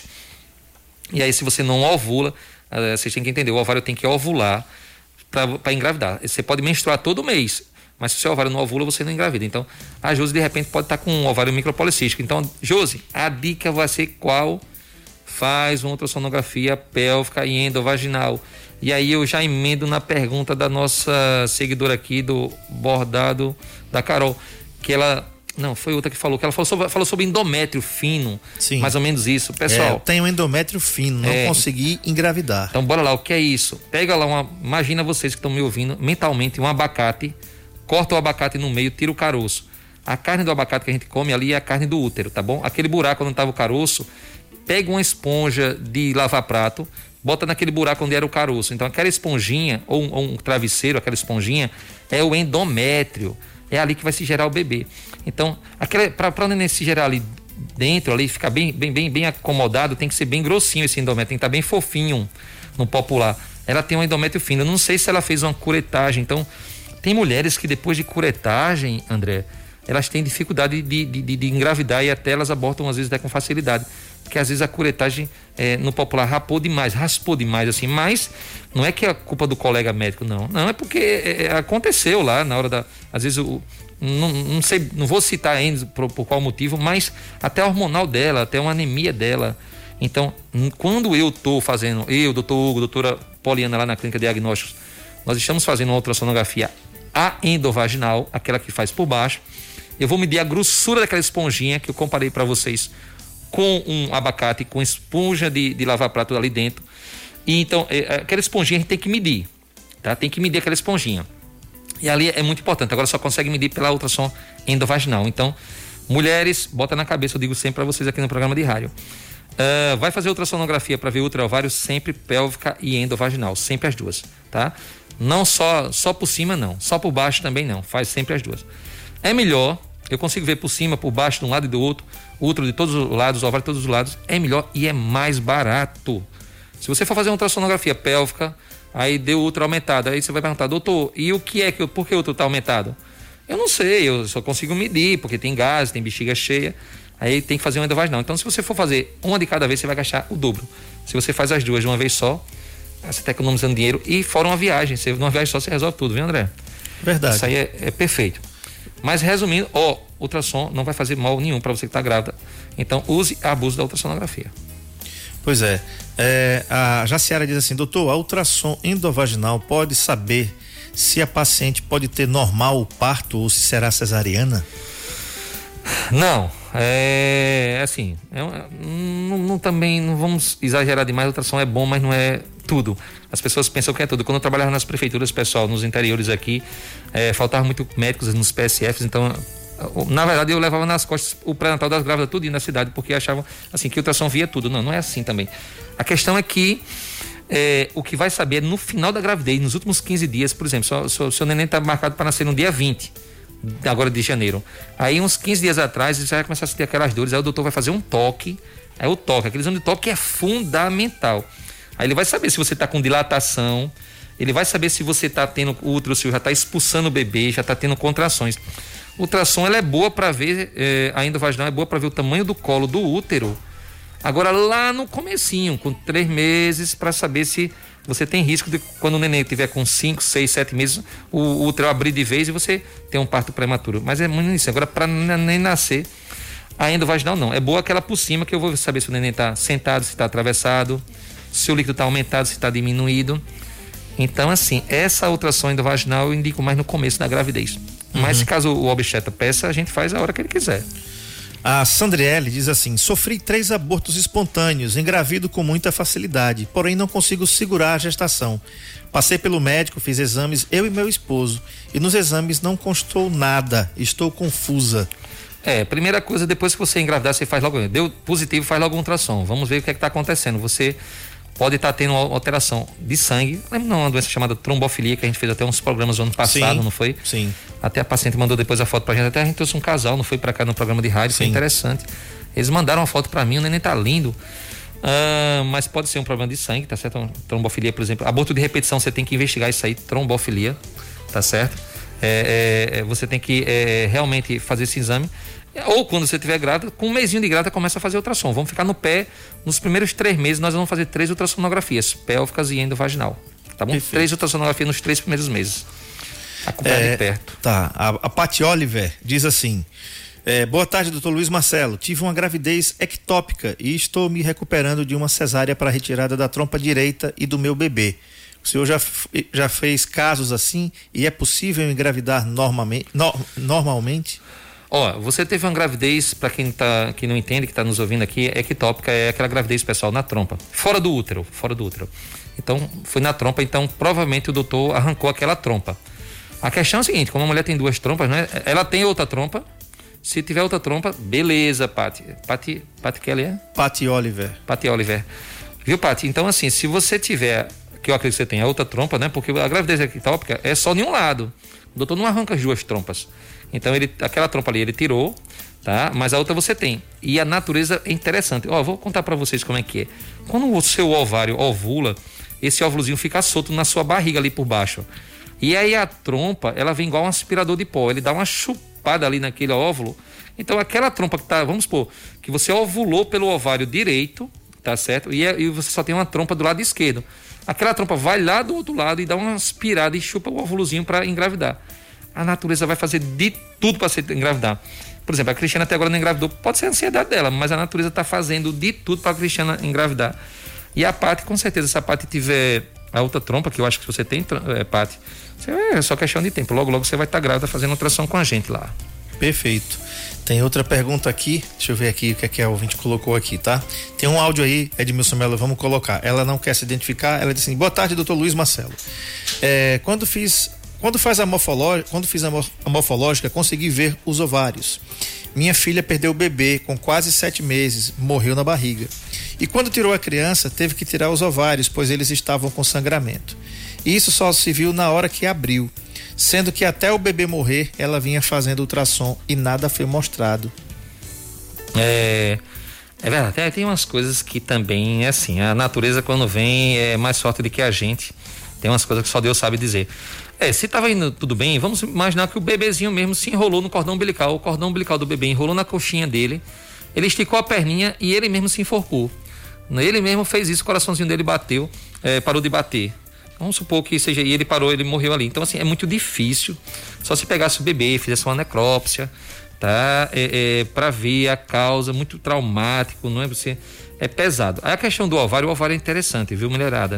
E aí se você não ovula, uh, vocês têm que entender, o ovário tem que ovular para engravidar. Você pode menstruar todo mês, mas se o seu ovário não ovula, você não engravida. Então, a Josi de repente pode estar tá com um ovário micropolicístico. Então, Josi, a dica vai ser qual? Faz uma ultrassonografia pélvica e endovaginal. E aí eu já emendo na pergunta da nossa seguidora aqui do bordado da Carol, que ela, não, foi outra que falou, que ela falou sobre, falou sobre endométrio fino. Sim. Mais ou menos isso, pessoal. É, eu tenho endométrio fino, não é, consegui engravidar. Então bora lá, o que é isso? Pega lá uma, imagina vocês que estão me ouvindo, mentalmente um abacate, corta o abacate no meio, tira o caroço. A carne do abacate que a gente come ali é a carne do útero, tá bom? Aquele buraco onde estava o caroço, pega uma esponja de lavar prato, bota naquele buraco onde era o caroço. Então aquela esponjinha, ou um, ou um travesseiro, aquela esponjinha, é o endométrio. É ali que vai se gerar o bebê. Então, para onde se gerar ali dentro, ali, ficar bem, bem, bem, bem acomodado, tem que ser bem grossinho esse endométrio, tem que estar bem fofinho no popular. Ela tem um endométrio fino. Eu não sei se ela fez uma curetagem. Então, tem mulheres que depois de curetagem, André, elas têm dificuldade de, de, de, de engravidar e até elas abortam às vezes até com facilidade. Porque às vezes a curetagem é, no popular rapou demais, raspou demais assim, mas não é que é culpa do colega médico, não. Não, é porque é, aconteceu lá na hora da, às vezes o não, não sei, não vou citar ainda por, por qual motivo, mas até a hormonal dela, até uma anemia dela. Então, quando eu estou fazendo, eu, doutor Hugo, doutora Poliana lá na Clínica de Diagnósticos, nós estamos fazendo uma ultrassonografia a endovaginal, aquela que faz por baixo. Eu vou medir a grossura daquela esponjinha que eu comparei para vocês com um abacate, com esponja de, de lavar prato ali dentro. E então, é, aquela esponjinha a gente tem que medir, tá? Tem que medir aquela esponjinha. E ali é muito importante. Agora só consegue medir pela ultrassom endovaginal. Então, mulheres, bota na cabeça, eu digo sempre para vocês aqui no programa de rádio. Uh, vai fazer ultrassonografia para ver ultraovário sempre pélvica e endovaginal, sempre as duas, tá? Não só, só por cima, não. Só por baixo também não. Faz sempre as duas. É melhor, eu consigo ver por cima, por baixo, de um lado e do outro, útero de todos os lados, ovário de todos os lados. É melhor e é mais barato. Se você for fazer uma ultrassonografia pélvica, aí deu útero aumentado, aí você vai perguntar, doutor, e o que é que, por que o útero está aumentado? Eu não sei, eu só consigo medir, porque tem gás, tem bexiga cheia. Aí tem que fazer uma endovaginal. Então, se você for fazer uma de cada vez, você vai gastar o dobro. Se você faz as duas de uma vez só, você está economizando dinheiro. E fora uma viagem. Você, numa viagem só, você resolve tudo, viu, André? Verdade. Isso aí é, é perfeito. Mas, resumindo, ó, ultrassom não vai fazer mal nenhum para você que está grávida. Então, use e abuse da ultrassonografia. Pois é. é a Jaciara diz assim, doutor, a ultrassom endovaginal pode saber se a paciente pode ter normal o parto ou se será cesariana? Não, é assim, é, não, não, também não vamos exagerar demais, a ultrassom é bom, mas não é tudo. As pessoas pensam que é tudo. Quando eu trabalhava nas prefeituras, pessoal, nos interiores aqui, é, faltavam muito médicos nos P S Fs, então, na verdade, eu levava nas costas o pré-natal das grávidas tudo na cidade, porque achavam assim, que a ultrassom via tudo. Não, não é assim também. A questão é que é, o que vai saber é no final da gravidez, nos últimos quinze dias, por exemplo, seu, seu, seu neném está marcado para nascer no dia vinte agora de janeiro. Aí uns quinze dias atrás você vai começar a sentir aquelas dores, aí o doutor vai fazer um toque, aí o toque, aquele exame de toque é fundamental. Aí ele vai saber se você está com dilatação, ele vai saber se você está tendo o útero, se já está expulsando o bebê, já está tendo contrações. A ultrassom ela é boa para ver, é, a endovaginal é boa para ver o tamanho do colo do útero. Agora lá no comecinho, com três meses, para saber se você tem risco de quando o neném tiver com cinco, seis, sete meses, o, o útero abrir de vez e você ter um parto prematuro. Mas é muito isso. Agora, para nem nascer, a endovaginal não. É boa aquela por cima, que eu vou saber se o neném está sentado, se está atravessado, se o líquido está aumentado, se está diminuído. Então, assim, essa ultrassom endovaginal eu indico mais no começo da gravidez. Uhum. Mas se caso o obstetra peça, a gente faz a hora que ele quiser. A Sandriele diz assim, sofri três abortos espontâneos, engravido com muita facilidade, porém não consigo segurar a gestação. Passei pelo médico, fiz exames, eu e meu esposo, e nos exames não constou nada, estou confusa. É, primeira coisa, depois que você engravidar, você faz logo, deu positivo, faz logo um ultrassom, vamos ver o que é que está acontecendo. Você pode estar tá tendo alteração de sangue, lembra uma doença chamada trombofilia, que a gente fez até uns programas no ano passado, sim, não foi? Sim. Até a paciente mandou depois a foto pra gente, até a gente trouxe um casal, não foi pra cá no programa de rádio, sim, foi interessante. Eles mandaram uma foto pra mim, o neném tá lindo, ah, mas pode ser um problema de sangue, tá certo? Trombofilia, por exemplo, aborto de repetição, você tem que investigar isso aí, trombofilia, tá certo? É, é, você tem que é, realmente fazer esse exame. Ou quando você estiver grávida, com um mesinho de grávida, começa a fazer ultrassom. Vamos ficar no pé, nos primeiros três meses nós vamos fazer três ultrassonografias, pélvicas e endovaginal. Tá bom? Perfeito. Três ultrassonografias nos três primeiros meses. Acompanhar é, de perto. Tá, a, a Pati Oliver diz assim, é, boa tarde, doutor Luiz Marcelo, tive uma gravidez ectópica e estou me recuperando de uma cesárea para retirada da trompa direita e do meu bebê. O senhor já, já fez casos assim e é possível engravidar normalmente? No, normalmente? Ó, você teve uma gravidez, para quem tá, que não entende, que está nos ouvindo aqui, ectópica é aquela gravidez, pessoal, na trompa, fora do útero, fora do útero. Então, foi na trompa, então provavelmente o doutor arrancou aquela trompa. A questão é a seguinte, como a mulher tem duas trompas, né? Ela tem outra trompa, se tiver outra trompa, beleza, Pati. Pati, Pati Kelly é? Pati Oliver. Pati Oliver. Viu, Pati? Então, assim, se você tiver, que eu acredito que você tenha outra trompa, né? Porque a gravidez ectópica é só de um lado. O doutor não arranca as duas trompas. Então, ele, aquela trompa ali ele tirou, tá? Mas a outra você tem. E a natureza é interessante. Ó, vou contar para vocês como é que é. Quando o seu ovário ovula, esse óvulozinho fica solto na sua barriga ali por baixo. E aí a trompa, ela vem igual um aspirador de pó. Ele dá uma chupada ali naquele óvulo. Então, aquela trompa que tá, vamos supor, que você ovulou pelo ovário direito, tá certo? E, é, e você só tem uma trompa do lado esquerdo. Aquela trompa vai lá do outro lado e dá uma aspirada e chupa o óvulozinho para engravidar. a natureza vai fazer de tudo para você engravidar. Por exemplo, a Cristiana até agora não engravidou, pode ser a ansiedade dela, mas a natureza está fazendo de tudo para a Cristiana engravidar. E a Paty, com certeza, se a Paty tiver a outra trompa, que eu acho que você tem, é, Paty, é só questão de tempo. Logo, logo você vai estar grávida fazendo ultrassom com a gente lá. Perfeito. Tem outra pergunta aqui, deixa eu ver aqui o que é que a ouvinte colocou aqui, tá? Tem um áudio aí, Edmilson Mello, vamos colocar. Ela não quer se identificar, ela disse assim: boa tarde, doutor Luiz Marcelo. É, quando fiz, quando faz a morfológica, quando fiz a morfológica, consegui ver os ovários. Minha filha perdeu o bebê com quase sete meses, morreu na barriga. E quando tirou a criança, teve que tirar os ovários, pois eles estavam com sangramento. E isso só se viu na hora que abriu, sendo que até o bebê morrer, ela vinha fazendo ultrassom e nada foi mostrado. É, é verdade, tem, tem umas coisas que também é assim, a natureza quando vem é mais forte do que a gente, tem umas coisas que só Deus sabe dizer. É, se tava indo tudo bem, vamos imaginar que o bebezinho mesmo se enrolou no cordão umbilical, o cordão umbilical do bebê enrolou na coxinha dele, ele esticou a perninha e ele mesmo se enforcou. Ele mesmo fez isso, o coraçãozinho dele bateu, é, parou de bater. Vamos supor que seja, e ele parou, ele morreu ali. Então, assim, é muito difícil. Só se pegasse o bebê, fizesse uma necrópsia, tá? É, é, para ver a causa, muito traumático, não é? Você, é pesado. Aí a questão do ovário, o ovário é interessante, viu, mulherada?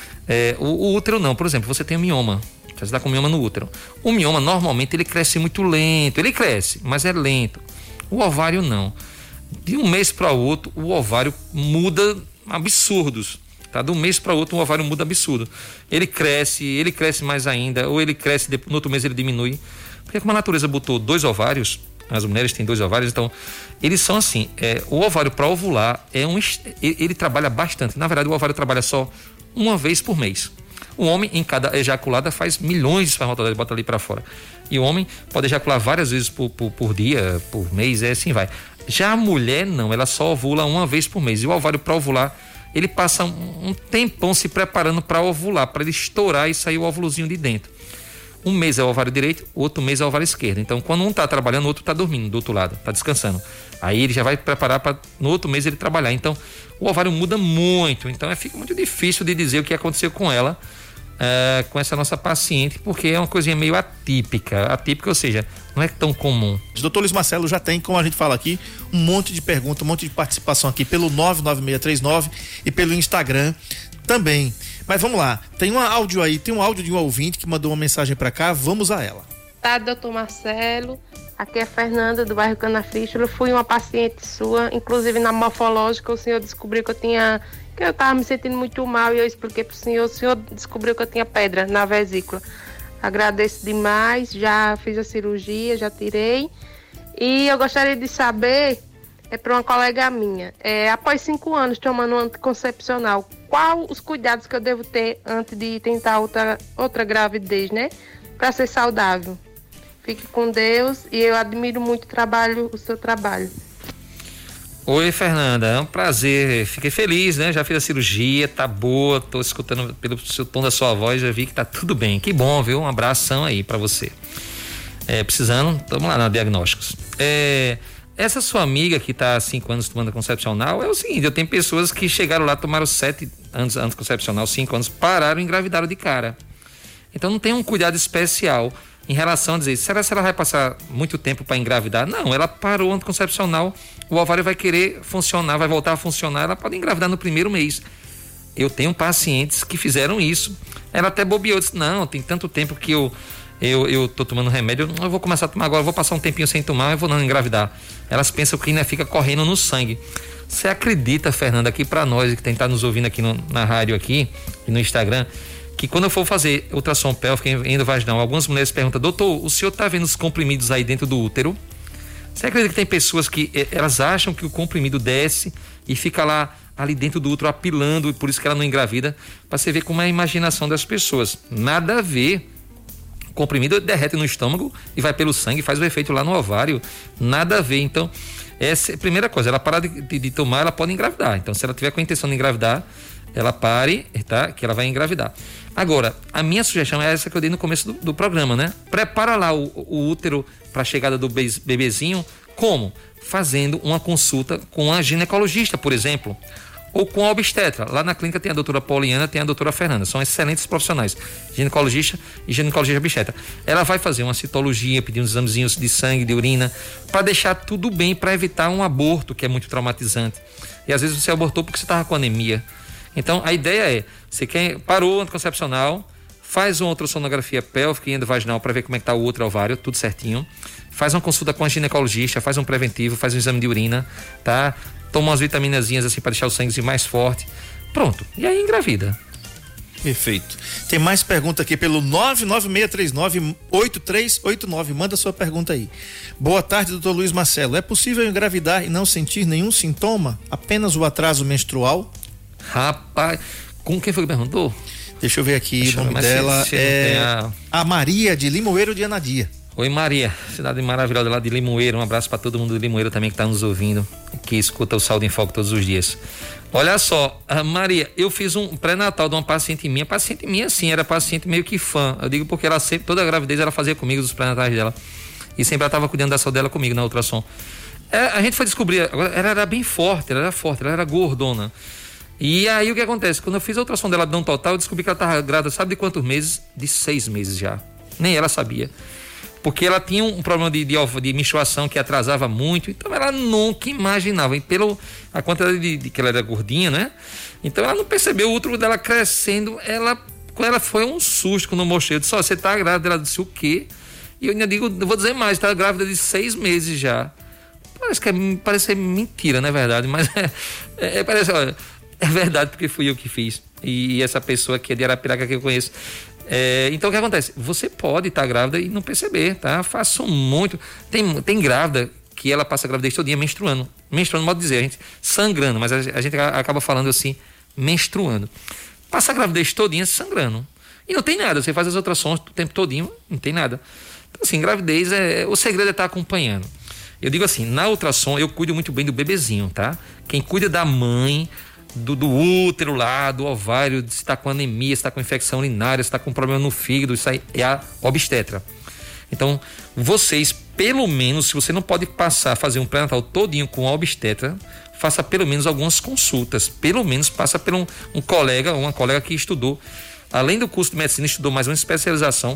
É, o, o útero não, por exemplo, você tem um mioma. Você está com mioma no útero. O mioma, normalmente, ele cresce muito lento. Ele cresce, mas é lento. O ovário, não. De um mês para o outro, o ovário muda absurdos. Tá? De um mês para outro, o ovário muda absurdo. Ele cresce, ele cresce mais ainda, ou ele cresce, no outro mês ele diminui. Porque como a natureza botou dois ovários, as mulheres têm dois ovários, então eles são assim, é, o ovário para ovular, é um, ele, ele trabalha bastante. Na verdade, o ovário trabalha só uma vez por mês. O homem, em cada ejaculada, faz milhões de espermatozoides, bota ali para fora. E o homem pode ejacular várias vezes por, por, por dia, por mês, é assim vai. Já a mulher não, ela só ovula uma vez por mês. E o ovário para ovular, ele passa um, um tempão se preparando para ovular, para ele estourar e sair o óvulozinho de dentro. Um mês é o ovário direito, o outro mês é o ovário esquerdo. Então, quando um está trabalhando, o outro está dormindo do outro lado, está descansando. Aí ele já vai preparar para no outro mês ele trabalhar. Então, o ovário muda muito. Então, é, fica muito difícil de dizer o que aconteceu com ela, é, com essa nossa paciente, porque é uma coisinha meio atípica. Atípica, ou seja, não é tão comum. O doutor Luiz Marcelo já tem, como a gente fala aqui, um monte de pergunta, um monte de participação aqui pelo nove nove seis três nove e pelo Instagram também. Mas vamos lá, tem um áudio aí, tem um áudio de um ouvinte que mandou uma mensagem para cá, vamos a ela. Tá, doutor Marcelo, aqui é a Fernanda do bairro Canafricho. Eu fui uma paciente sua, inclusive na morfológica o senhor descobriu que eu tinha, que eu tava me sentindo muito mal e eu expliquei pro senhor, o senhor descobriu que eu tinha pedra na vesícula. Agradeço demais, já fiz a cirurgia, já tirei. E eu gostaria de saber, é para uma colega minha, é, após cinco anos tomando um anticoncepcional, qual os cuidados que eu devo ter antes de tentar outra, outra gravidez, né? Para ser saudável. Fique com Deus e eu admiro muito o trabalho, o seu trabalho. Oi, Fernanda, é um prazer, fiquei feliz, né? Já fiz a cirurgia, tá boa, tô escutando pelo seu tom da sua voz, já vi que tá tudo bem. Que bom, viu? Um abração aí para você. É, precisando, vamos lá na diagnósticos. É, essa sua amiga que tá há cinco anos tomando anticoncepcional, é o seguinte, eu tenho pessoas que chegaram lá, tomaram sete anos anticoncepcional, cinco anos, pararam e engravidaram de cara. Então não tem um cuidado especial em relação a dizer, será que ela vai passar muito tempo para engravidar? Não, ela parou o anticoncepcional, o ovário vai querer funcionar, vai voltar a funcionar, ela pode engravidar no primeiro mês. Eu tenho pacientes que fizeram isso. Ela até bobeou, disse, não, tem tanto tempo que eu eu, eu tô tomando remédio, eu vou começar a tomar agora, eu vou passar um tempinho sem tomar, eu vou não engravidar. Elas pensam que ainda fica correndo no sangue. Você acredita, Fernanda, aqui para nós que tem que estar nos ouvindo aqui no, na rádio aqui e no Instagram, que quando eu for fazer ultrassom pélvico endovaginal, algumas mulheres perguntam, doutor, o senhor tá vendo os comprimidos aí dentro do útero? Você acredita que tem pessoas que elas acham que o comprimido desce e fica lá ali dentro do útero apilando, e por isso que ela não engravida, para você ver como é a imaginação das pessoas. Nada a ver. O comprimido derrete no estômago e vai pelo sangue, faz o efeito lá no ovário. Nada a ver. Então, essa é a primeira coisa. Ela parar de, de, de tomar, ela pode engravidar. Então, se ela tiver com a intenção de engravidar, ela pare, tá? Que ela vai engravidar. Agora, a minha sugestão é essa que eu dei no começo do, do programa, né? Prepara lá o, o útero para a chegada do bebezinho. Como? Fazendo uma consulta com a ginecologista, por exemplo. ou com a obstetra. Lá na clínica tem a doutora Poliana, tem a doutora Fernanda, são excelentes profissionais, ginecologista e ginecologista obstetra. Ela vai fazer uma citologia, pedir uns examezinhos de sangue, de urina, para deixar tudo bem, para evitar um aborto, que é muito traumatizante. E às vezes você abortou porque você estava com anemia. Então a ideia é, você quer, parou o anticoncepcional, faz uma ultrassonografia pélvica e endovaginal para ver como é que está o outro ovário, tudo certinho. Faz uma consulta com a ginecologista, faz um preventivo, faz um exame de urina, tá? Toma umas vitaminazinhas assim para deixar o sangue mais forte. Pronto. E aí engravida. Perfeito. Tem mais pergunta aqui pelo nove nove seis três nove oito três oito nove. Manda sua pergunta aí. Boa tarde, doutor Luiz Marcelo. É possível engravidar e não sentir nenhum sintoma? Apenas o atraso menstrual? Rapaz, com quem foi que perguntou? Deixa eu ver aqui, Deixa o nome dela é a... a Maria de Limoeiro de Anadia. Oi Maria, cidade maravilhosa lá de Limoeiro, um abraço para todo mundo de Limoeiro também que está nos ouvindo, que escuta o Saúde em Foco todos os dias. Olha só, a Maria, eu fiz um pré-natal de uma paciente minha, paciente minha sim, era paciente meio que fã, eu digo porque ela sempre, toda a gravidez ela fazia comigo os pré-natais dela, e sempre ela estava cuidando da saúde dela comigo na ultrassom. É, a gente foi descobrir, ela era bem forte, ela era forte, ela era gordona. E aí o que acontece? Quando eu fiz a ultrassom dela de um total, eu descobri que ela estava grávida, sabe de quantos meses? De seis meses já. Nem ela sabia. Porque ela tinha um problema de, de, de menstruação que atrasava muito, então ela nunca imaginava. E pelo a quantidade de, de que ela era gordinha, né? Então ela não percebeu o útero dela crescendo. Ela, quando ela foi um susto quando eu mostrei. Eu disse, ó, você tá grávida? Ela disse, o quê? E eu ainda digo, eu vou dizer mais, tá grávida de seis meses já. Parece que é, parece ser mentira, não é verdade? Mas é, é, é parece, olha, é verdade porque fui eu que fiz. E, e essa pessoa aqui é de Arapiraca que eu conheço. É, então o que acontece? Você pode estar grávida e não perceber, tá? Faço muito. Tem, tem grávida que ela passa a gravidez todinha menstruando. Menstruando, modo de dizer, a gente sangrando, mas a, a gente acaba falando assim, menstruando. Passa a gravidez todinha sangrando. E não tem nada, você faz as ultrassons o tempo todinho, não tem nada. Então assim, gravidez, é, o segredo é estar acompanhando. Eu digo assim, na ultrassom eu cuido muito bem do bebezinho, tá? Quem cuida da mãe, Do, do útero lá, do ovário, se está com anemia, se está com infecção urinária, se está com problema no fígado, isso aí é a obstetra. Então, vocês, pelo menos, se você não pode passar, fazer um pré-natal todinho com a obstetra, faça pelo menos algumas consultas, pelo menos passa por um, um colega, uma colega que estudou, além do curso de medicina, estudou mais uma especialização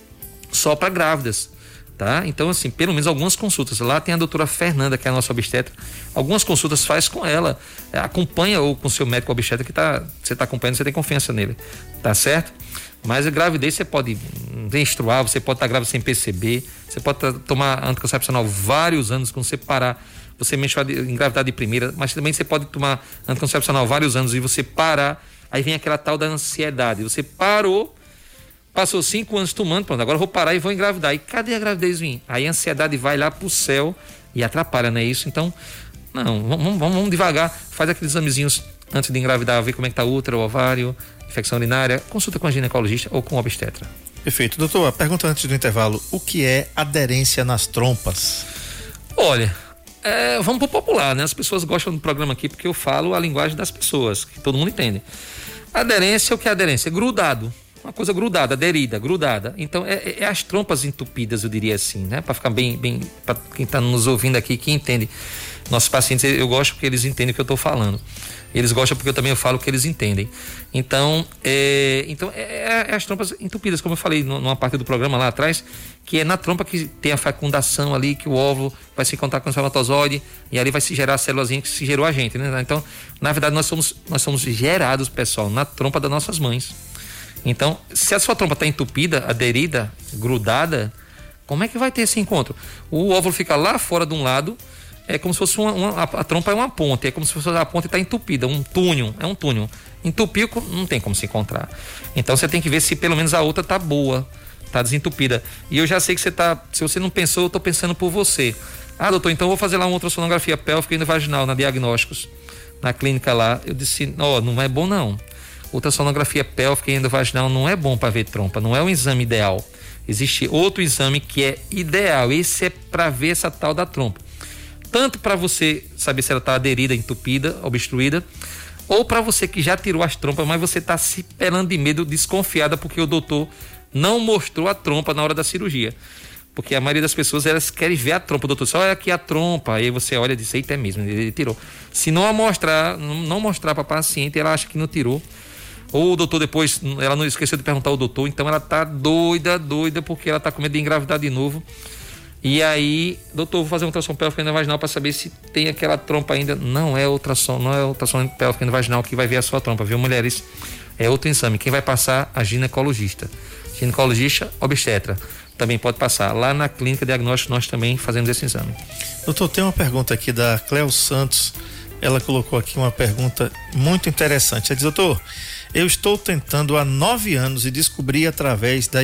só para grávidas. Tá? Então, assim, pelo menos algumas consultas. Lá tem a doutora Fernanda, que é a nossa obstetra. Algumas consultas faz com ela. Acompanha ou com o seu médico obstetra que tá, você está acompanhando, você tem confiança nele. Tá certo? Mas a gravidez você pode menstruar, você pode estar tá grávida sem perceber, você pode tá, tomar anticoncepcional vários anos, quando você parar, você menstruar, de, engravidar de primeira, mas também você pode tomar anticoncepcional vários anos e você parar, aí vem aquela tal da ansiedade. Você parou, passou cinco anos tomando, pronto, agora eu vou parar e vou engravidar. E cadê a gravidez vir? Aí a ansiedade vai lá pro céu e atrapalha, não é isso? Então, não, vamos, vamos, vamos devagar, faz aqueles examezinhos antes de engravidar, ver como é que tá o útero, o ovário, infecção urinária, consulta com a ginecologista ou com o obstetra. Perfeito. Doutor, a pergunta antes do intervalo, o que é aderência nas trompas? Olha, é, vamos pro popular, né? As pessoas gostam do programa aqui porque eu falo a linguagem das pessoas, que todo mundo entende. Aderência, o que é aderência? É grudado. Uma coisa grudada, aderida, grudada. Então, é, é as trompas entupidas, eu diria assim, né? Para ficar bem, bem, para quem está nos ouvindo aqui, que entende. Nossos pacientes, eu gosto porque eles entendem o que eu estou falando. Eles gostam porque eu também falo o que eles entendem. Então, é, então é, é as trompas entupidas, como eu falei numa parte do programa lá atrás, que é na trompa que tem a fecundação ali, que o óvulo vai se encontrar com o espermatozoide e ali vai se gerar a célulazinha que se gerou a gente, né? Então, na verdade, nós somos, nós somos gerados, pessoal, na trompa das nossas mães. Então, se a sua trompa está entupida, aderida, grudada, como é que vai ter esse encontro? O óvulo fica lá fora de um lado, é como se fosse uma, uma a, a trompa é uma ponte, é como se fosse a ponte está entupida, um túnel, é um túnel. Entupiu, não tem como se encontrar. Então você tem que ver se pelo menos a outra tá boa, tá desentupida. E eu já sei que você tá, se você não pensou, eu tô pensando por você. Ah, doutor, então eu vou fazer lá uma ultrassonografia pélvica e vaginal na Diagnósticos, na clínica lá. Eu disse, ó, oh, não é bom não. Ultrassonografia pélvica e endovaginal não é bom para ver trompa, não é o exame ideal. Existe outro exame que é ideal, esse é para ver essa tal da trompa. Tanto para você saber se ela está aderida, entupida, obstruída, ou para você que já tirou as trompas, mas você está se pelando de medo, desconfiada porque o doutor não mostrou a trompa na hora da cirurgia. Porque a maioria das pessoas, elas querem ver a trompa, doutor, só olha aqui a trompa, aí você olha e diz, eita, é mesmo, ele tirou. Se não mostrar, não mostrar para a paciente, ela acha que não tirou. Ou o doutor depois, ela não esqueceu de perguntar ao doutor, então ela tá doida, doida, porque ela tá com medo de engravidar de novo. E aí, doutor, vou fazer um ultrassom pélvico vaginal para saber se tem aquela trompa ainda. Não é ultrassom, não é ultrassom pélvico vaginal que vai ver a sua trompa, viu, mulheres? É outro exame. Quem vai passar? A ginecologista. Ginecologista, obstetra. Também pode passar. Lá na clínica diagnóstica nós também fazemos esse exame. Doutor, tem uma pergunta aqui da Cleo Santos. Ela colocou aqui uma pergunta muito interessante. Ela diz, doutor, eu estou tentando há nove anos e descobri através da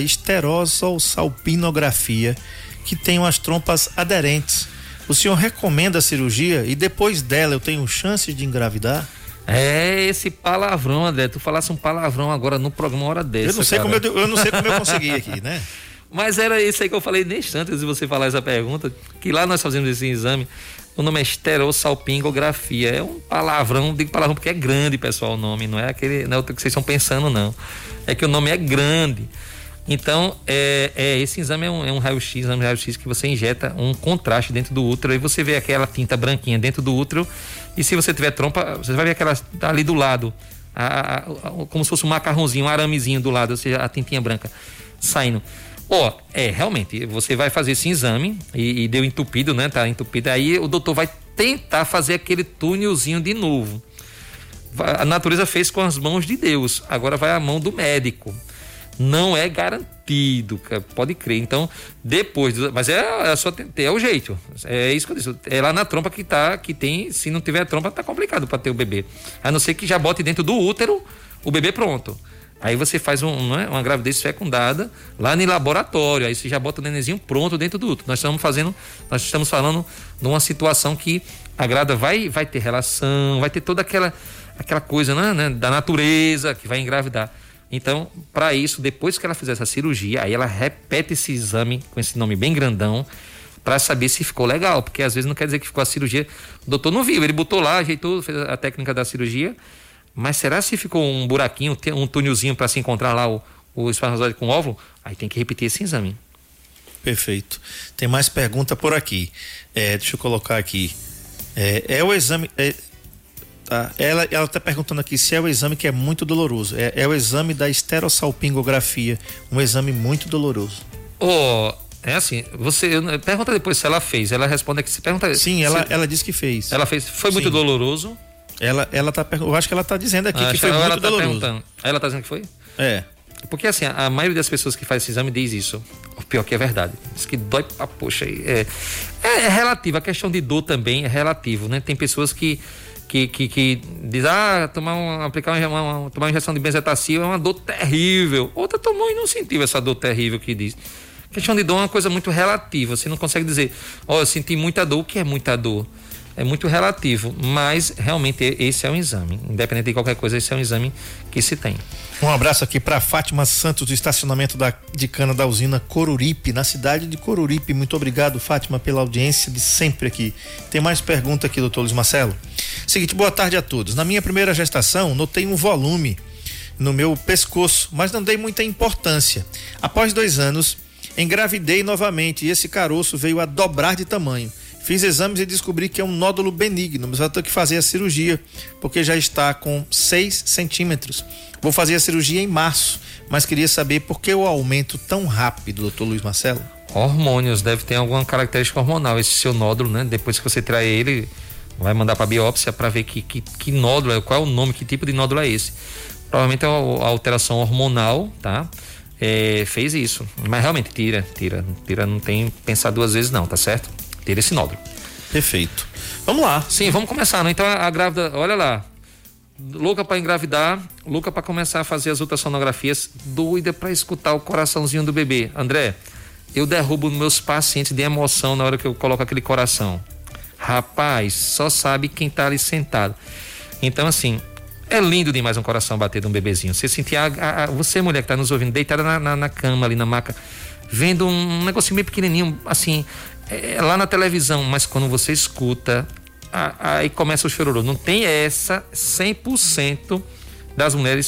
esterossalpinografia que tenho as trompas aderentes. O senhor recomenda a cirurgia e depois dela eu tenho chances de engravidar? É esse palavrão, André. Tu falasse um palavrão agora no programa uma hora dessa. Eu não sei, como eu, eu não sei como eu consegui aqui, né? Mas era isso aí que eu falei neste antes de você falar essa pergunta, que lá nós fazemos esse exame. O nome é esterossalpingografia. É um palavrão, digo palavrão porque é grande, pessoal, o nome. Não é aquele, não é o que vocês estão pensando, não. É que o nome é grande. Então, é, é, esse exame é um, é um raio-x, exame de raio-x que você injeta um contraste dentro do útero e você vê aquela tinta branquinha dentro do útero. E se você tiver trompa, você vai ver aquela ali do lado, a, a, a, como se fosse um macarrãozinho, um aramezinho do lado, ou seja, a tintinha branca saindo. Ó, oh, é, realmente, você vai fazer esse exame e, e deu entupido, né? Tá entupido. Aí o doutor vai tentar fazer aquele túnelzinho de novo. A natureza fez com as mãos de Deus, agora vai a mão do médico. Não é garantido, pode crer. Então, depois, mas é, é só é o jeito. É isso que eu disse. É lá na trompa que tá, que tem, se não tiver trompa, tá complicado para ter o bebê. A não ser que já bote dentro do útero o bebê pronto. Aí você faz um, não é, uma gravidez fecundada lá no laboratório. Aí você já bota o nenenzinho pronto dentro do útero. Nós estamos fazendo, nós estamos falando de uma situação que a grávida vai, vai ter relação, vai ter toda aquela, aquela coisa, né, né, da natureza que vai engravidar. Então, para isso, depois que ela fizer essa cirurgia, aí ela repete esse exame com esse nome bem grandão para saber se ficou legal, porque às vezes não quer dizer que ficou a cirurgia. O doutor não viu, ele botou lá, ajeitou, fez a técnica da cirurgia, mas será se ficou um buraquinho, um túnelzinho para se encontrar lá o, o espermatozoide com o óvulo? Aí tem que repetir esse exame. Perfeito. Tem mais pergunta por aqui. É, deixa eu colocar aqui. É, é o exame... É... Tá. Ela ela está perguntando aqui se é o exame que é muito doloroso. É, é o exame da esterossalpingografia, um exame muito doloroso. Oh, é assim, você pergunta depois se ela fez. Ela responde aqui, se pergunta. Sim, ela, se, ela disse que fez. Ela fez. Foi Sim. muito doloroso? Ela ela tá eu acho que ela está dizendo aqui ah, que foi ela, muito ela tá doloroso. Perguntando. Ela está dizendo que foi? É. Porque assim, a, a maioria das pessoas que faz esse exame diz isso. O pior que é verdade. Diz que dói pra poxa. É, é, é relativo. A questão de dor também é relativo, né? Tem pessoas que Que, que, que diz, ah, tomar um, aplicar uma, uma, tomar uma injeção de benzetacil é uma dor terrível. Outra tomou e não sentiu essa dor terrível que diz. Questão de dor é uma coisa muito relativa. Você não consegue dizer, ó, oh, eu senti muita dor. O que é muita dor? É muito relativo, mas realmente esse é um exame. Independente de qualquer coisa, esse é um exame que se tem. Um abraço aqui para Fátima Santos, do estacionamento da, de cana da usina Coruripe, na cidade de Coruripe. Muito obrigado, Fátima, pela audiência de sempre aqui. Tem mais pergunta aqui, doutor Luiz Marcelo. Seguinte, boa tarde a todos. Na minha primeira gestação, notei um volume no meu pescoço, mas não dei muita importância. Após dois anos, engravidei novamente e esse caroço veio a dobrar de tamanho. Fiz exames e descobri que é um nódulo benigno, mas vou ter que fazer a cirurgia, porque já está com seis centímetros. Vou fazer a cirurgia em março, mas queria saber por que o aumento tão rápido, doutor Luiz Marcelo? Hormônios, deve ter alguma característica hormonal, esse seu nódulo, né? Depois que você tirar ele, vai mandar para biópsia para ver que, que, que nódulo é, qual é o nome, que tipo de nódulo é esse. Provavelmente é a alteração hormonal, tá? É, fez isso, mas realmente tira, tira, tira, não tem pensar duas vezes não, tá certo? Tira esse nódulo. Perfeito. Vamos lá. Sim, vamos começar, né? Então a, a grávida, olha lá, louca para engravidar, louca para começar a fazer as ultrassonografias, doida para escutar o coraçãozinho do bebê. André, eu derrubo meus pacientes de emoção na hora que eu coloco aquele coração. Rapaz, só sabe quem tá ali sentado. Então assim, é lindo demais um coração bater de um bebezinho. Você sentir, a, a, você mulher que tá nos ouvindo, deitada na, na, na cama ali na maca, vendo um negocinho meio pequenininho, assim, é, lá na televisão, mas quando você escuta, a, a, aí começa o chororô. Não tem essa, cem por cento das mulheres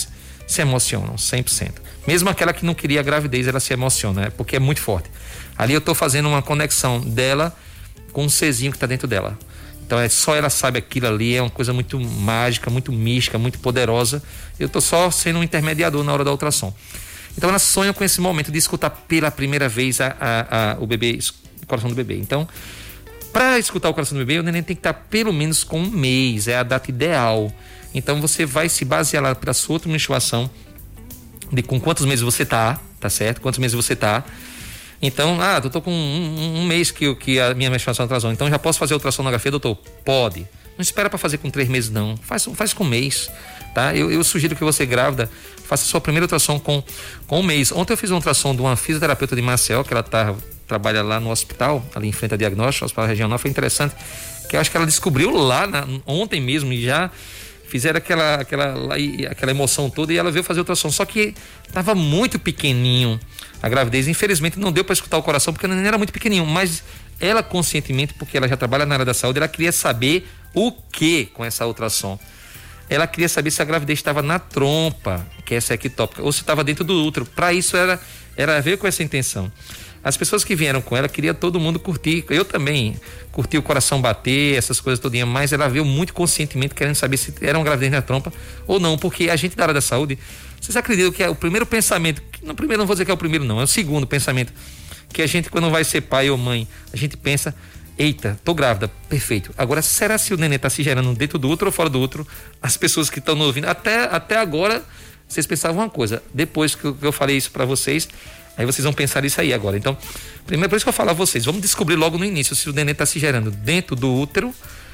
se emocionam cem por cento. Mesmo aquela que não queria a gravidez, ela se emociona, né? Porque é muito forte. Ali eu estou fazendo uma conexão dela com um serzinho que está dentro dela. Então é só ela sabe aquilo ali, é uma coisa muito mágica, muito mística, muito poderosa. Eu estou só sendo um intermediador na hora da ultrassom. Então ela sonha com esse momento de escutar pela primeira vez a, a, a, o bebê, o coração do bebê. Então, para escutar o coração do bebê, o neném tem que estar pelo menos com um mês, é a data ideal. Então você vai se basear lá pela sua outra menstruação, de com quantos meses você tá, tá certo? Quantos meses você tá. Então, ah, eu tô com um, um mês que, que a minha menstruação atrasou, então já posso fazer ultrassonografia, doutor? Pode. Não espera para fazer com três meses, não. Faz, faz com um mês, tá? Eu, eu sugiro que você grávida faça sua primeira ultrassom com, com um mês. Ontem eu fiz uma ultrassom de uma fisioterapeuta de Marcel, que ela tá, trabalha lá no hospital, ali em frente a diagnóstico, hospital regional. Foi interessante, que eu acho que ela descobriu lá na, ontem mesmo e já fizeram aquela, aquela, aquela emoção toda e ela veio fazer ultrassom. Só que estava muito pequenininho a gravidez. Infelizmente não deu para escutar o coração porque não era muito pequenininho, mas ela conscientemente, porque ela já trabalha na área da saúde, ela queria saber o que com essa ultrassom. Ela queria saber se a gravidez estava na trompa, que é essa ectópica, ou se estava dentro do útero. Para isso era, era ver com essa intenção. As pessoas que vieram com ela, queria todo mundo curtir. Eu também curti o coração bater, essas coisas todinhas, mas ela veio muito conscientemente querendo saber se era uma gravidez na trompa ou não, porque a gente da área da saúde, vocês acreditam que é o primeiro pensamento, no primeiro não vou dizer que é o primeiro não, é o segundo pensamento, que a gente quando vai ser pai ou mãe, a gente pensa, eita, tô grávida, perfeito. Agora, será se o neném tá se gerando dentro do útero ou fora do útero? As pessoas que estão nos ouvindo, até, até agora, vocês pensavam uma coisa, depois que eu, que eu falei isso para vocês, aí vocês vão pensar isso aí agora. Então, primeiro, por isso que eu falo a vocês, vamos descobrir logo no início se o neném está se gerando dentro do útero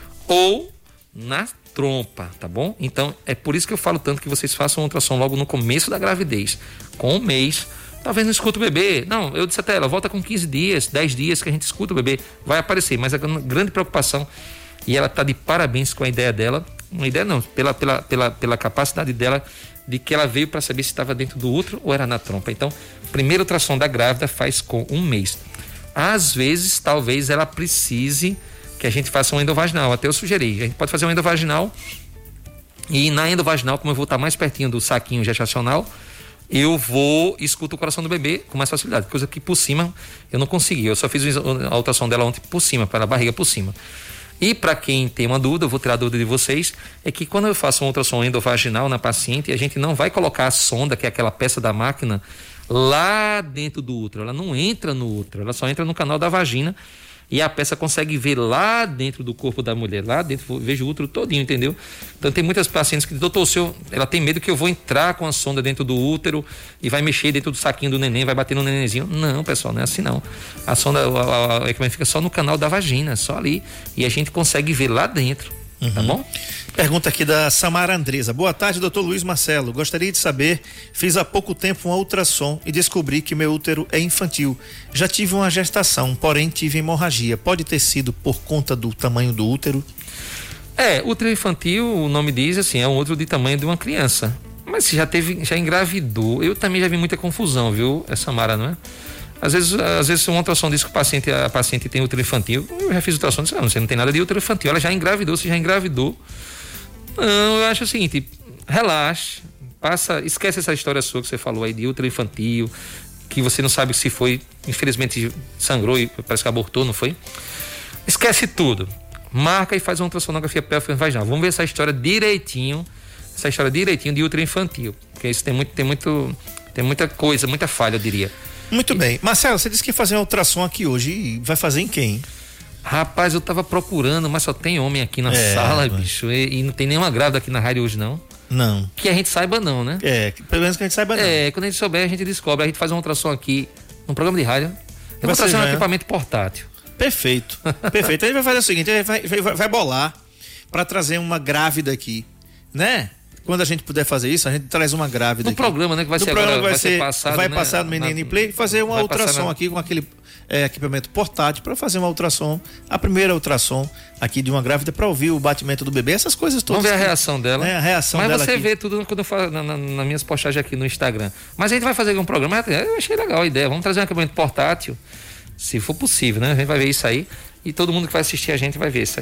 ou na trompa, tá bom? Então, é por isso que eu falo tanto que vocês façam uma ultrassom logo no começo da gravidez, com um mês. Talvez não escuta o bebê. Não, eu disse até ela, volta com quinze dias, dez dias que a gente escuta o bebê. Vai aparecer, mas a grande preocupação, e ela tá de parabéns com a ideia dela, uma ideia não, pela, pela, pela, pela capacidade dela de que ela veio para saber se estava dentro do útero ou era na trompa. Então, primeiro ultrassom da grávida faz com um mês. Às vezes, talvez ela precise que a gente faça um endovaginal. Até eu sugeri. A gente pode fazer um endovaginal e na endovaginal, como eu vou estar mais pertinho do saquinho gestacional, eu vou escuto o coração do bebê com mais facilidade. Coisa que por cima eu não consegui. Eu só fiz a ultrassom dela ontem por cima, para a barriga por cima. E para quem tem uma dúvida, eu vou tirar a dúvida de vocês, é que quando eu faço um ultrassom endovaginal na paciente, a gente não vai colocar a sonda, que é aquela peça da máquina, lá dentro do útero. Ela não entra no útero, ela só entra no canal da vagina e a peça consegue ver lá dentro do corpo da mulher, lá dentro, vejo o útero todinho, entendeu? Então tem muitas pacientes que, doutor, o senhor, ela tem medo que eu vou entrar com a sonda dentro do útero e vai mexer dentro do saquinho do neném, vai bater no nenenzinho. Não, pessoal, não é assim não. A sonda, a, a, a, fica só no canal da vagina, só ali, e a gente consegue ver lá dentro, uhum. Tá bom? Pergunta aqui da Samara Andresa. Boa tarde, doutor Luiz Marcelo. Gostaria de saber, fiz há pouco tempo uma ultrassom e descobri que meu útero é infantil. Já tive uma gestação, porém tive hemorragia. Pode ter sido por conta do tamanho do útero? É, útero infantil, o nome diz assim, é um útero de tamanho de uma criança. Mas se já teve, já engravidou, eu também já vi muita confusão, viu, Samara, não é? Às vezes, às vezes uma ultrassom diz que o paciente, a paciente tem útero infantil. Eu já fiz ultrassom e disse, não, você não tem nada de útero infantil. Ela já engravidou, você já engravidou. Não, eu acho o seguinte, relaxe, passa, esquece essa história sua que você falou aí de útero infantil, que você não sabe se foi, infelizmente sangrou e parece que abortou, não foi? Esquece tudo, marca e faz uma ultrassonografia pélvica vaginal. Vamos ver essa história direitinho, essa história direitinho de útero infantil, porque isso tem muito, tem muito, tem muita coisa, muita falha, eu diria. Muito e, bem. Marcelo, você disse que ia fazer uma ultrassom aqui hoje, e vai fazer em quem? Rapaz, eu tava procurando, mas só tem homem aqui na é, sala, mas... bicho. E, e não tem nenhuma grávida aqui na rádio hoje, não. Não. Que a gente saiba, não, né? É, pelo menos que a gente saiba, não. É, quando a gente souber, a gente descobre. A gente faz uma ultrassom aqui, num programa de rádio. Eu vou trazer um equipamento portátil. Perfeito. Perfeito. A gente vai fazer o seguinte: a gente vai, vai, vai bolar pra trazer uma grávida aqui, né? Quando a gente puder fazer isso, a gente traz uma grávida no aqui. programa, né? Que vai no ser programa agora, vai, vai ser, ser passado, vai né? passar no Menino em Play e fazer uma ultrassom na... aqui com aquele é, equipamento portátil para fazer uma ultrassom, a primeira ultrassom aqui de uma grávida para ouvir o batimento do bebê, essas coisas todas. Vamos ver que, a reação dela. É, a reação Mas dela você aqui. vê tudo quando eu faço na, na, nas minhas postagens aqui no Instagram. Mas a gente vai fazer um programa, eu achei legal a ideia. Vamos trazer um equipamento portátil, se for possível, né? A gente vai ver isso aí e todo mundo que vai assistir a gente vai ver isso aí.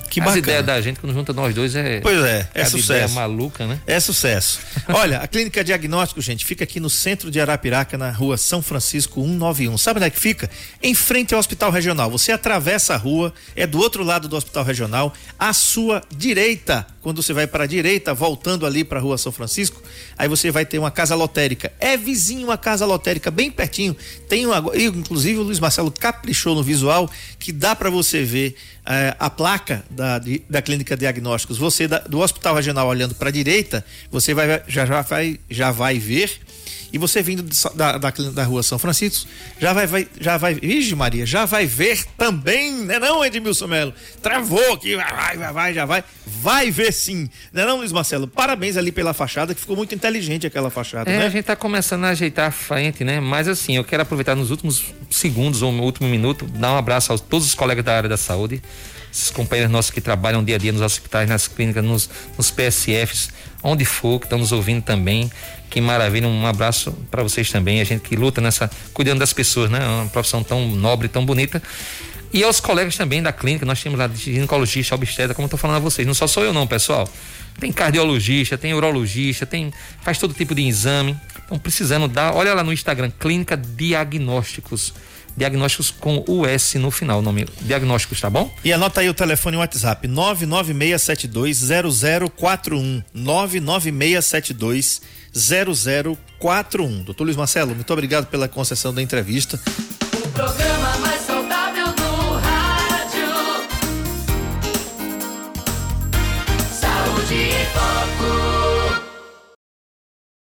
Que As bacana. ideias da gente, quando junta nós dois, é. Pois é, é cada sucesso. ideia maluca, né? É sucesso. Olha, a Clínica Diagnóstico, gente, fica aqui no centro de Arapiraca, na rua São Francisco cento e noventa e um. Sabe onde é que fica? Em frente ao Hospital Regional. Você atravessa a rua, é do outro lado do Hospital Regional, à sua direita. Quando você vai para a direita, voltando ali para a rua São Francisco, aí você vai ter uma casa lotérica. É vizinho uma casa lotérica, bem pertinho. Tem uma, inclusive o Luiz Marcelo caprichou no visual, que dá para você ver eh, a placa da, de, da Clínica Diagnósticos. Você da, do Hospital Regional olhando para a direita, você vai, já, já, vai, já vai ver. E você vindo da, da, da rua São Francisco, já vai, vai, já vai, Ixi Maria, já vai ver também, né não, Edmilson Melo? Travou aqui, vai, vai, vai, já vai, vai ver sim, né não, Luiz Marcelo? Parabéns ali pela fachada, que ficou muito inteligente aquela fachada, É, né? a gente tá começando a ajeitar a frente, né? Mas assim, eu quero aproveitar nos últimos segundos ou no último minuto, dar um abraço a todos os colegas da área da saúde, esses companheiros nossos que trabalham dia a dia nos hospitais, nas clínicas, nos, nos P S Fs, onde for, que estão nos ouvindo também. Que maravilha, um abraço para vocês também, a gente que luta nessa, cuidando das pessoas, né? Uma profissão tão nobre, tão bonita. E aos colegas também da clínica, nós temos lá de ginecologista, obstetra, como eu tô falando a vocês, não só sou eu não, pessoal. Tem cardiologista, tem urologista, tem, faz todo tipo de exame. Estão precisando dar, olha lá no Instagram, Clínica Diagnósticos. Diagnósticos com o S no final, o nome Diagnósticos, tá bom? E anota aí o telefone e o WhatsApp, nove nove seis sete dois zero zero quatro um, nove nove seis sete dois zero zero quatro um. Doutor Luiz Marcelo, muito obrigado pela concessão da entrevista. O programa mais